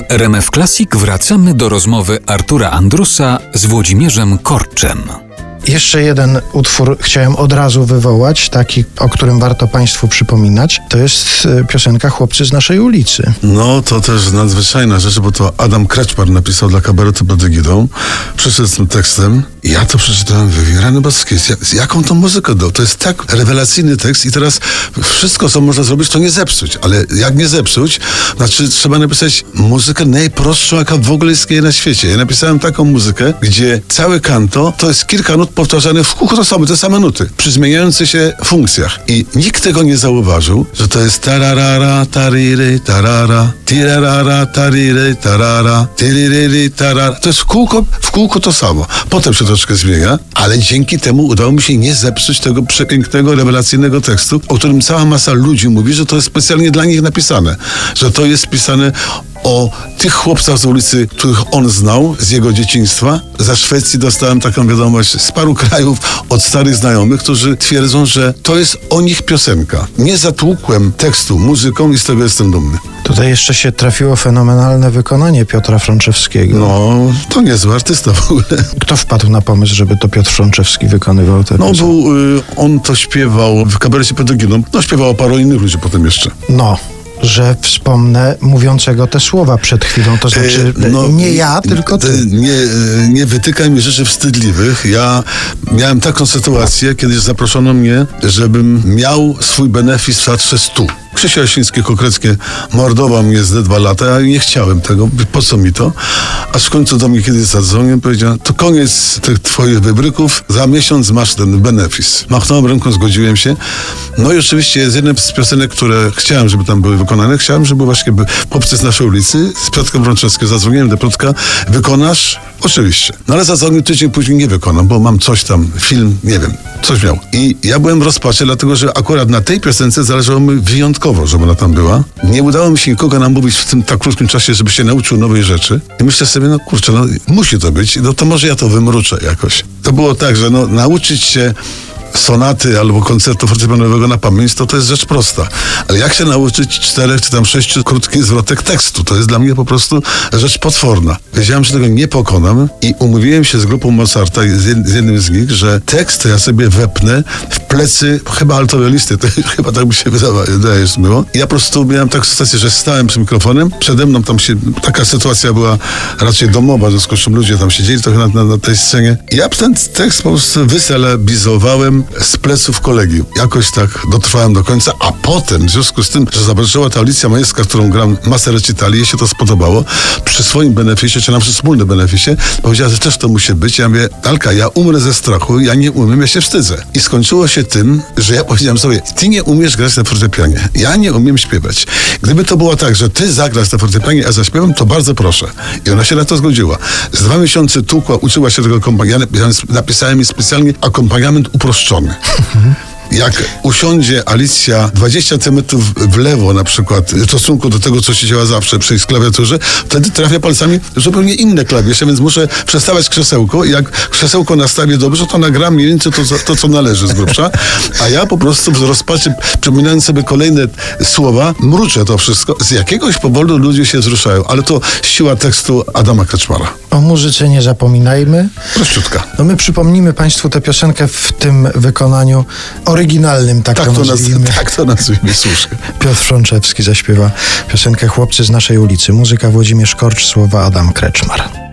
RMF Classic wracamy do rozmowy Artura Andrusa z Włodzimierzem Korczem. Jeszcze jeden utwór chciałem od razu wywołać, taki, o którym warto Państwu przypominać. To jest piosenka Chłopcy z naszej ulicy. No, to też nadzwyczajna rzecz, bo to Adam Kreczmar napisał dla kabaretu pod egidą. Przyszedł z tym tekstem i ja to przeczytałem, rany boskie, jaką tą muzykę dał. To jest tak rewelacyjny tekst i teraz wszystko, co można zrobić, to nie zepsuć. Ale jak nie zepsuć? Znaczy, trzeba napisać muzykę najprostszą, jaka w ogóle istnieje na świecie. Ja napisałem taką muzykę, gdzie całe kanto to jest kilka nut powtarzane w kółko te same nuty, przy zmieniających się funkcjach. I nikt tego nie zauważył, że to jest tararara, tariry, tarara, tirarara, tariry, tarara, tiriry, tarara. To jest w kółko to samo. Potem się troszkę zmienia, ale dzięki temu udało mi się nie zepsuć tego przepięknego, rewelacyjnego tekstu, o którym cała masa ludzi mówi, że to jest specjalnie dla nich napisane. Że to jest pisane o tych chłopcach z ulicy, których on znał z jego dzieciństwa. Za Szwecji dostałem taką wiadomość z paru krajów od starych znajomych, którzy twierdzą, że to jest o nich piosenka. Nie zatłukłem tekstu muzyką i z tego jestem dumny. Tutaj jeszcze się trafiło fenomenalne wykonanie Piotra Frączewskiego. No, to niezły artysta w ogóle. Kto wpadł na pomysł, żeby to Piotr Frączewski wykonywał te piosenki? On to śpiewał w kabarecie pod egidą. No, śpiewało paru innych ludzi potem jeszcze. No, że wspomnę mówiącego te słowa przed chwilą, to znaczy nie ja, tylko ty. Nie wytykaj mi rzeczy wstydliwych. Ja miałem taką sytuację, kiedyś zaproszono mnie, żebym miał swój benefis w Teatrze 100. Krzysiu Jasiński-Kokreckie mordował mnie z 2 lata, ja nie chciałem tego, po co mi to? Aż w końcu do mnie kiedyś zadzwonił, powiedział, to koniec tych twoich wybryków, za miesiąc masz ten benefis. Machnąłem ręką, zgodziłem się. No i oczywiście z jednej z piosenek, które chciałem, żeby tam były wykonane, chciałem, żeby właśnie Chłopcy z naszej ulicy, z Piotrkiem Frączewskim, zadzwoniłem do Piotrka, wykonasz? Oczywiście. No ale zadzwonił tydzień później, nie wykonam, bo mam coś tam, film, nie wiem, coś miał. I ja byłem w rozpaczy, dlatego że akurat na tej piosence zależało mi wyjątkowo, żeby ona tam była. Nie udało mi się nikogo namówić w tym tak krótkim czasie, żeby się nauczył nowej rzeczy. I myślę sobie, no kurczę, musi to być, no to może ja to wymruczę jakoś. To było tak, że nauczyć się sonaty albo koncertu fortepianowego na pamięć, to jest rzecz prosta. Ale jak się nauczyć 4 czy tam 6 krótkich zwrotek tekstu? To jest dla mnie po prostu rzecz potworna. Wiedziałem, że tego nie pokonam i umówiłem się z grupą Mozarta, z jednym z nich, że tekst ja sobie wepnę w plecy chyba altowej listy. To chyba tak mi się wydaje, że było. I ja po prostu miałem taką sytuację, że stałem przy mikrofonem, przede mną tam taka sytuacja była raczej domowa, w związku z czym ludzie tam siedzieli trochę na tej scenie. I ja ten tekst po prostu wyselebizowałem z pleców kolegi. Jakoś tak dotrwałem do końca, a potem, w związku z tym, że zobaczyła ta Alicja Majewska, którą gram masę recitali, jej się to spodobało, przy swoim beneficie, czy na wspólnym beneficie, powiedziała, że też to musi być. Ja mówię, Alka, ja umrę ze strachu, ja nie umiem, ja się wstydzę. I skończyło się tym, że ja powiedziałem sobie, ty nie umiesz grać na fortepianie, ja nie umiem śpiewać. Gdyby to było tak, że ty zagrasz na fortepianie, a zaśpiewam, to bardzo proszę. I ona się na to zgodziła. Z 2 miesiące tłukła, uczyła się tego akompaniamentu, ja napisałem jej specjalnie akompaniament uproszczony. Jak usiądzie Alicja 20 cm w lewo na przykład w stosunku do tego, co się działa zawsze przy klawiaturze, wtedy trafia palcami zupełnie inne klawisze, więc muszę przestawiać krzesełko i jak krzesełko nastawię dobrze, to nagram mniej więcej to, co należy z grubsza, a ja po prostu w rozpaczy, przypominając sobie kolejne słowa, mruczę to wszystko. Z jakiegoś powodu ludzie się wzruszają, ale to siła tekstu Adama Kreczmara. O muzyce nie zapominajmy. Prościutka. No my przypomnimy Państwu tę piosenkę w tym wykonaniu oryginalnym, tak to nazwijmy. Tak to nazwijmy, słusznie. Piotr Frączewski zaśpiewa piosenkę Chłopcy z naszej ulicy. Muzyka Włodzimierz Korcz, słowa Adam Kreczmar.